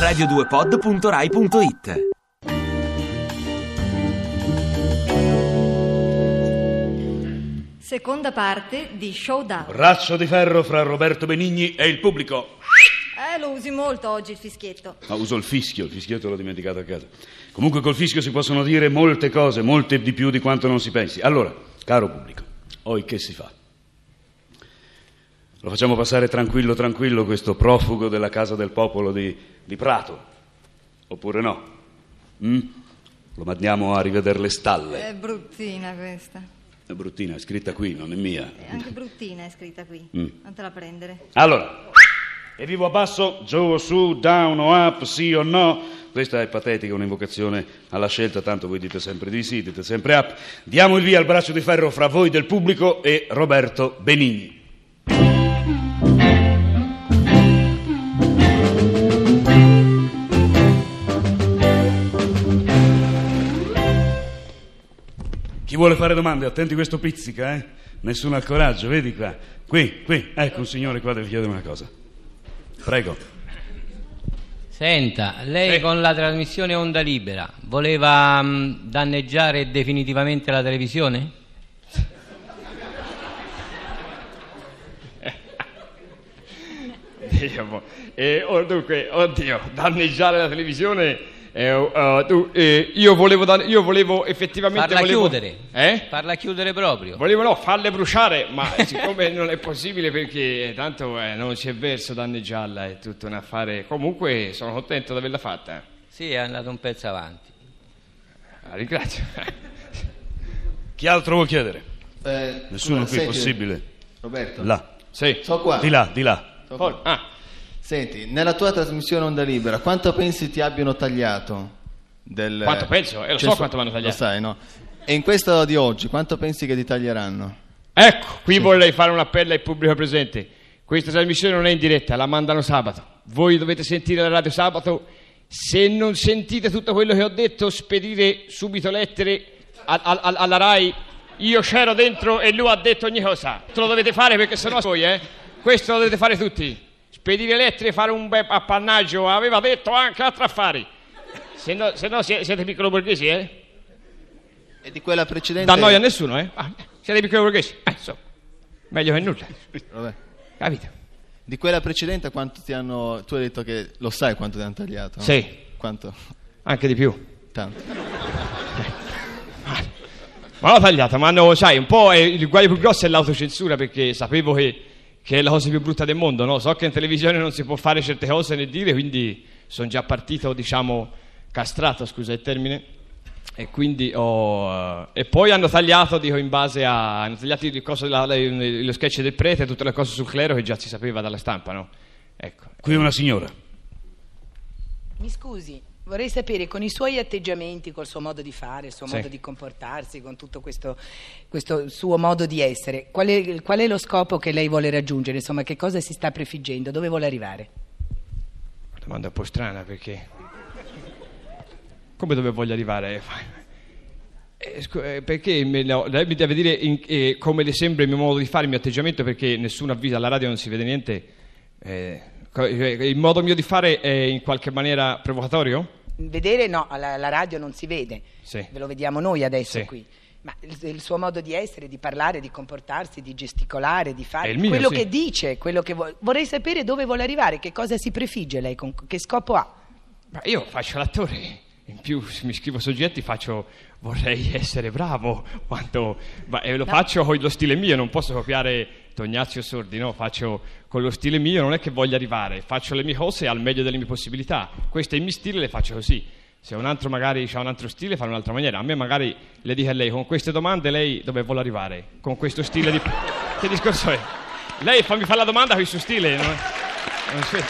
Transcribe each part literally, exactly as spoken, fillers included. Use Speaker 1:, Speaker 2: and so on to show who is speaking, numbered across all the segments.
Speaker 1: radio due pod punto rai punto it.
Speaker 2: Seconda parte di Showdown.
Speaker 3: Braccio di ferro fra Roberto Benigni e il pubblico.
Speaker 2: Eh, lo usi molto oggi il fischietto.
Speaker 3: No, uso il fischio, il fischietto l'ho dimenticato a casa. Comunque col fischio si possono dire molte cose, molte di più di quanto non si pensi. Allora, caro pubblico, oi che si fa? Lo facciamo passare tranquillo tranquillo questo profugo della Casa del Popolo di, di Prato? Oppure no? Mm? Lo mandiamo a rivedere le stalle.
Speaker 2: È bruttina questa.
Speaker 3: È bruttina, è scritta qui, non è mia.
Speaker 2: È anche bruttina è scritta qui.
Speaker 3: Mm.
Speaker 2: Non te la prendere.
Speaker 3: Allora, e vivo a basso, giù o su, down o up, sì o no. Questa è patetica, un'invocazione alla scelta, tanto voi dite sempre di sì, dite sempre up. Diamo il via al braccio di ferro fra voi del pubblico e Roberto Benigni. Chi vuole fare domande? Attenti, questo pizzica, eh? Nessuno ha il coraggio, vedi qua. Qui, qui, ecco un signore qua deve chiedere una cosa. Prego.
Speaker 4: Senta, lei
Speaker 3: sì.
Speaker 4: Con la trasmissione Onda Libera voleva mh, danneggiare definitivamente la televisione?
Speaker 5: Dio, eh, oh, dunque, oddio, danneggiare la televisione... Eh, uh, tu, eh, io, volevo da, io volevo effettivamente
Speaker 4: Farla
Speaker 5: volevo,
Speaker 4: chiudere
Speaker 5: eh?
Speaker 4: Farla chiudere proprio.
Speaker 5: Volevo no, farle bruciare, ma siccome non è possibile perché tanto eh, non c'è verso danneggiarla, è tutto un affare. Comunque sono contento di averla fatta.
Speaker 4: Sì, è andato un pezzo avanti.
Speaker 5: La ringrazio.
Speaker 3: Chi altro vuol chiedere?
Speaker 6: Eh,
Speaker 3: Nessuno
Speaker 6: scusa,
Speaker 3: qui,
Speaker 6: senti,
Speaker 3: possibile?
Speaker 6: Roberto?
Speaker 3: Là.
Speaker 5: Sì.
Speaker 6: So qua.
Speaker 3: Di là, di là.
Speaker 6: So qua.
Speaker 5: Ah.
Speaker 6: Senti, nella tua trasmissione Onda Libera, quanto pensi ti abbiano tagliato? Del...
Speaker 5: Quanto penso? Eh, lo
Speaker 6: cioè,
Speaker 5: so quanto mi hanno tagliato.
Speaker 6: Lo sai, no? E in questa di oggi, quanto pensi che ti taglieranno?
Speaker 5: Ecco, qui
Speaker 6: Sì.
Speaker 5: vorrei fare un appello al pubblico presente. Questa trasmissione non è in diretta, la mandano sabato. Voi dovete sentire la radio sabato. Se non sentite tutto quello che ho detto, spedire subito lettere a, a, a, alla Rai. Io c'ero dentro e lui ha detto ogni cosa. Lo dovete fare perché sennò voi, eh? Questo lo dovete fare tutti. Spedire lettere, fare un bel appannaggio. Aveva detto anche altri affari. Se no, se no siete piccolo borghesi, eh?
Speaker 6: E di quella precedente...
Speaker 5: Da noi a nessuno, eh? Ah, siete piccolo borghesi. Eh, so. Meglio che nulla.
Speaker 6: Vabbè.
Speaker 5: Capito?
Speaker 6: Di quella precedente quanto ti hanno... Tu hai detto che lo sai quanto ti hanno tagliato, no?
Speaker 5: Sì.
Speaker 6: Quanto?
Speaker 5: Anche di più.
Speaker 6: Tanto.
Speaker 5: Ma l'ho tagliata, ma no, sai, un po' è, il guaio più grosso è l'autocensura, perché sapevo che, che è la cosa più brutta del mondo, no? So che in televisione non si può fare certe cose né dire, quindi sono già partito, diciamo, castrato, scusa il termine, e quindi ho... Uh, e poi hanno tagliato, dico, in base a... hanno tagliato il coso della, le, lo sketch del prete e tutte le cose sul clero che già si sapeva dalla stampa, no? Ecco.
Speaker 3: Qui una signora.
Speaker 7: Mi scusi, vorrei sapere, con i suoi atteggiamenti, col suo modo di fare, il suo
Speaker 5: Sì.
Speaker 7: modo di comportarsi, con tutto questo, questo suo modo di essere, qual è, qual è lo scopo che lei vuole raggiungere? Insomma, che cosa si sta prefiggendo? Dove vuole arrivare?
Speaker 5: Una domanda un po' strana, perché... Come dove voglio arrivare? Eh, scu- eh, perché me, no, lei mi deve dire in, eh, come le sembra il mio modo di fare, il mio atteggiamento, perché nessuno avvisa, alla radio non si vede niente. Eh, co- eh, il modo mio di fare è in qualche maniera provocatorio?
Speaker 7: Vedere no, alla, alla radio non si vede,
Speaker 5: Sì.
Speaker 7: ve lo vediamo noi adesso
Speaker 5: Sì.
Speaker 7: qui. Ma il, il suo modo di essere, di parlare, di comportarsi, di gesticolare, di
Speaker 5: È
Speaker 7: fare,
Speaker 5: il mio,
Speaker 7: quello
Speaker 5: sì.
Speaker 7: che dice, quello che vuole. Vorrei sapere dove vuole arrivare, che cosa si prefigge lei, con, che scopo ha.
Speaker 5: Ma io faccio l'attore, in più se mi scrivo soggetti faccio vorrei essere bravo, quando, ma, e lo
Speaker 7: No.
Speaker 5: faccio con lo stile mio, non posso copiare Tognazio Sordi, no? Faccio con lo stile mio, non è che voglio arrivare, faccio le mie cose al meglio delle mie possibilità, questo è il mio stile, le faccio così. Se un altro magari ha un altro stile, fa in un'altra maniera. A me magari le dico a lei, con queste domande lei dove vuole arrivare? Con questo stile di... Che discorso è? Lei fa, mi fa la domanda con il suo stile, no? Non c'è...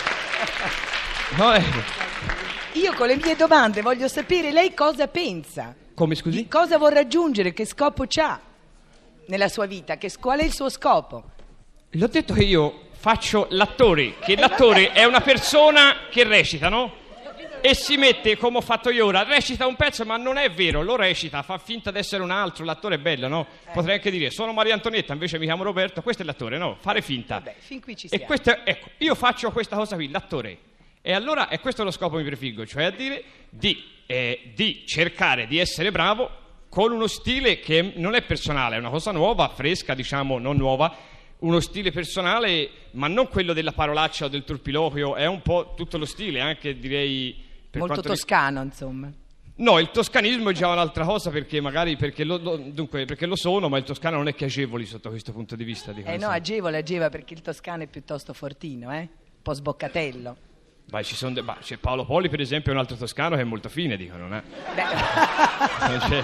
Speaker 5: No, è...
Speaker 7: Io con le mie domande voglio sapere lei cosa pensa.
Speaker 5: Come, scusi?
Speaker 7: Di cosa vuol raggiungere, che scopo c'ha nella sua vita, che, qual è il suo scopo?
Speaker 5: Le ho detto che io faccio l'attore, che l'attore è una persona che recita, no? E si mette, come ho fatto io ora, recita un pezzo, ma non è vero, lo recita, fa finta di essere un altro, l'attore è bello, no? Potrei anche dire, sono Maria Antonietta, invece mi chiamo Roberto, questo è l'attore, no? Fare finta.
Speaker 7: Vabbè, fin qui ci
Speaker 5: E
Speaker 7: siamo.
Speaker 5: questo è, ecco, io faccio questa cosa qui, l'attore. E allora è questo lo scopo che mi prefiggo, cioè a dire di, eh, di cercare di essere bravo con uno stile che non è personale, è una cosa nuova, fresca, diciamo, non nuova, uno stile personale, ma non quello della parolaccia o del turpiloquio, è un po' tutto lo stile, anche direi... Per
Speaker 7: Molto
Speaker 5: quanto
Speaker 7: toscano, insomma.
Speaker 5: No, il toscanismo è già un'altra cosa, perché magari perché lo, lo, dunque, perché lo sono, ma il toscano non è che agevoli sotto questo punto di vista. Dico,
Speaker 7: Eh no, agevole, ageva, perché il toscano è piuttosto fortino, eh? Un po' sboccatello.
Speaker 5: Vai, ci sono de- bah, c'è Paolo Poli, per esempio, è un altro toscano che è molto fine, dicono, eh?
Speaker 7: Beh.
Speaker 5: Non c'è...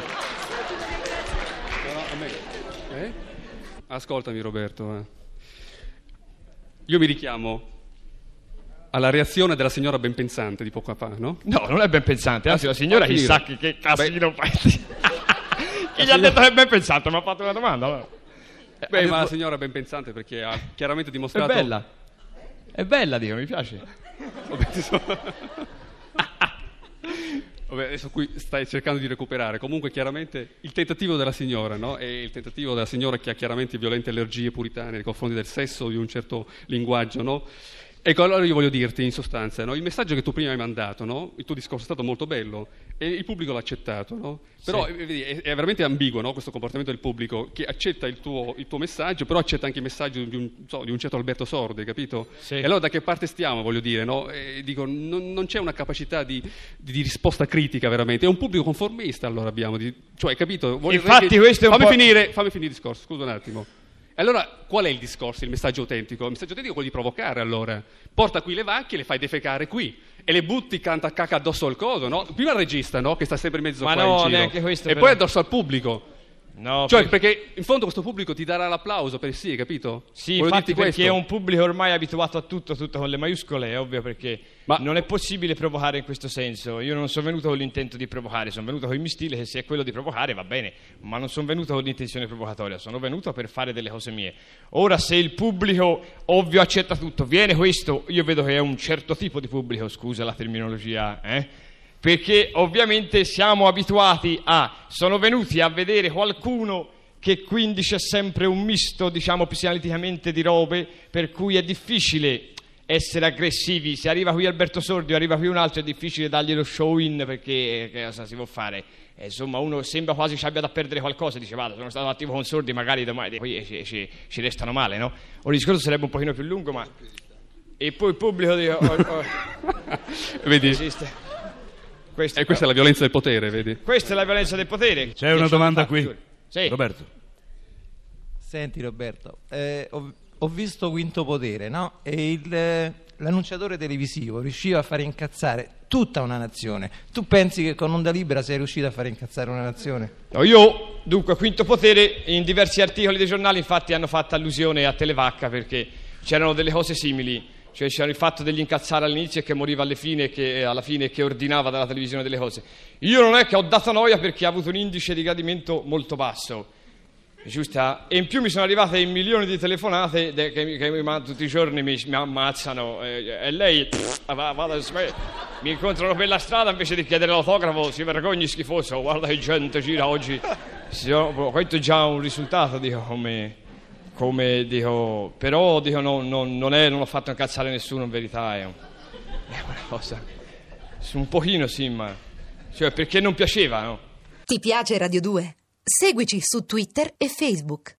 Speaker 8: Eh? Ascoltami Roberto, eh. Io mi richiamo alla reazione della signora ben pensante di poco fa, no?
Speaker 5: No, non è ben pensante, anzi la signora
Speaker 8: Fammi
Speaker 5: chissà
Speaker 8: dire.
Speaker 5: che, che casino fa. Chi gli ha detto che è ben pensante? Mi ha fatto una domanda. Allora.
Speaker 8: Beh,
Speaker 5: Ha
Speaker 8: ma
Speaker 5: detto-
Speaker 8: la signora ben pensante perché ha chiaramente
Speaker 5: È
Speaker 8: dimostrato...
Speaker 5: bella. È bella, dico, mi piace.
Speaker 8: Vabbè, ti so- Vabbè, adesso qui stai cercando di recuperare. Comunque chiaramente il tentativo della signora, no? È il tentativo della signora che ha chiaramente violente allergie puritane nei confronti del sesso, di un certo linguaggio, no? Ecco, allora io voglio dirti in sostanza, no? Il messaggio che tu prima hai mandato, no? Il tuo discorso è stato molto bello e il pubblico l'ha accettato, no? Però
Speaker 5: Sì.
Speaker 8: eh, vedi, è, è veramente ambiguo, no? Questo comportamento del pubblico che accetta il tuo, il tuo messaggio, però accetta anche il messaggio di un, so, di un certo Alberto Sordi, capito?
Speaker 5: Sì.
Speaker 8: E allora da che parte stiamo, voglio dire, no? E dico, non, non c'è una capacità di, di, di risposta critica veramente, è un pubblico conformista allora abbiamo, di, cioè, capito? Voglio-
Speaker 5: Infatti
Speaker 8: che-
Speaker 5: questo è un
Speaker 8: fammi
Speaker 5: po'-
Speaker 8: finire, fammi finire il discorso, scusa un attimo. E allora qual è il discorso, il messaggio autentico? Il messaggio autentico è quello di provocare, allora. Porta qui le vacche e le fai defecare qui. E le butti canta caca addosso al coso, no? Prima al regista, no? Che sta sempre in mezzo
Speaker 5: Ma
Speaker 8: qua
Speaker 5: no,
Speaker 8: in giro.
Speaker 5: neanche questo,
Speaker 8: E
Speaker 5: però.
Speaker 8: poi addosso al pubblico.
Speaker 5: No,
Speaker 8: Cioè,
Speaker 5: per-
Speaker 8: perché in fondo questo pubblico ti darà l'applauso per sì, capito?
Speaker 5: Sì,
Speaker 8: Voglio
Speaker 5: infatti
Speaker 8: dirti
Speaker 5: perché
Speaker 8: questo.
Speaker 5: è un pubblico ormai abituato a tutto, tutto con le maiuscole, è ovvio, perché
Speaker 8: Ma-
Speaker 5: non è possibile provocare in questo senso. Io non sono venuto con l'intento di provocare, sono venuto con il mio stile, che se è quello di provocare va bene, ma non sono venuto con l'intenzione provocatoria, sono venuto per fare delle cose mie. Ora, se il pubblico, ovvio, accetta tutto, viene questo, io vedo che è un certo tipo di pubblico, scusa la terminologia, eh? Perché ovviamente siamo abituati a, sono venuti a vedere qualcuno che quindi c'è sempre un misto, diciamo, psicanaliticamente di robe, per cui è difficile essere aggressivi. Se arriva qui Alberto Sordi o arriva qui un altro, è difficile dargli lo show in, perché che cosa si può fare? Eh, insomma, uno sembra quasi ci abbia da perdere qualcosa, dice vada, sono stato attivo con Sordi, magari domani poi ci, ci, ci restano male, no? O il discorso sarebbe un pochino più lungo, ma... E poi il pubblico dice... Oh, oh,
Speaker 8: Vedi?
Speaker 5: esiste. Questo,
Speaker 8: E questa è la violenza del potere, vedi?
Speaker 5: questa è la violenza del potere.
Speaker 3: C'è una domanda qui.
Speaker 5: Sì.
Speaker 3: Roberto.
Speaker 9: Senti Roberto, eh, ho, ho visto Quinto Potere, no? E il, eh, l'annunciatore televisivo riusciva a fare incazzare tutta una nazione. Tu pensi che con Onda Libera sei riuscito a fare incazzare una nazione?
Speaker 5: No, io, dunque, Quinto Potere, in diversi articoli dei giornali infatti hanno fatto allusione a Televacca, perché c'erano delle cose simili, cioè c'era il fatto degli incazzare all'inizio e che moriva alle fine, che, alla fine che ordinava dalla televisione delle cose. Io non è che ho dato noia, perché ha avuto un indice di gradimento molto basso, giusta? E in più mi sono arrivate milioni di telefonate de- che, mi, che mi, ma, tutti i giorni mi, mi ammazzano, e, e lei pff, va, va, mi incontrano per la strada, invece di chiedere l'autografo si vergogni schifoso, guarda che gente gira oggi. Sì, no, questo è già un risultato, dico, come, come dico, però dico, no, no, non, è, non ho fatto incazzare nessuno, in verità è, un, è una cosa, un pochino sì, ma cioè perché non piaceva, no?
Speaker 10: Ti piace Radio due? Seguici su Twitter e Facebook.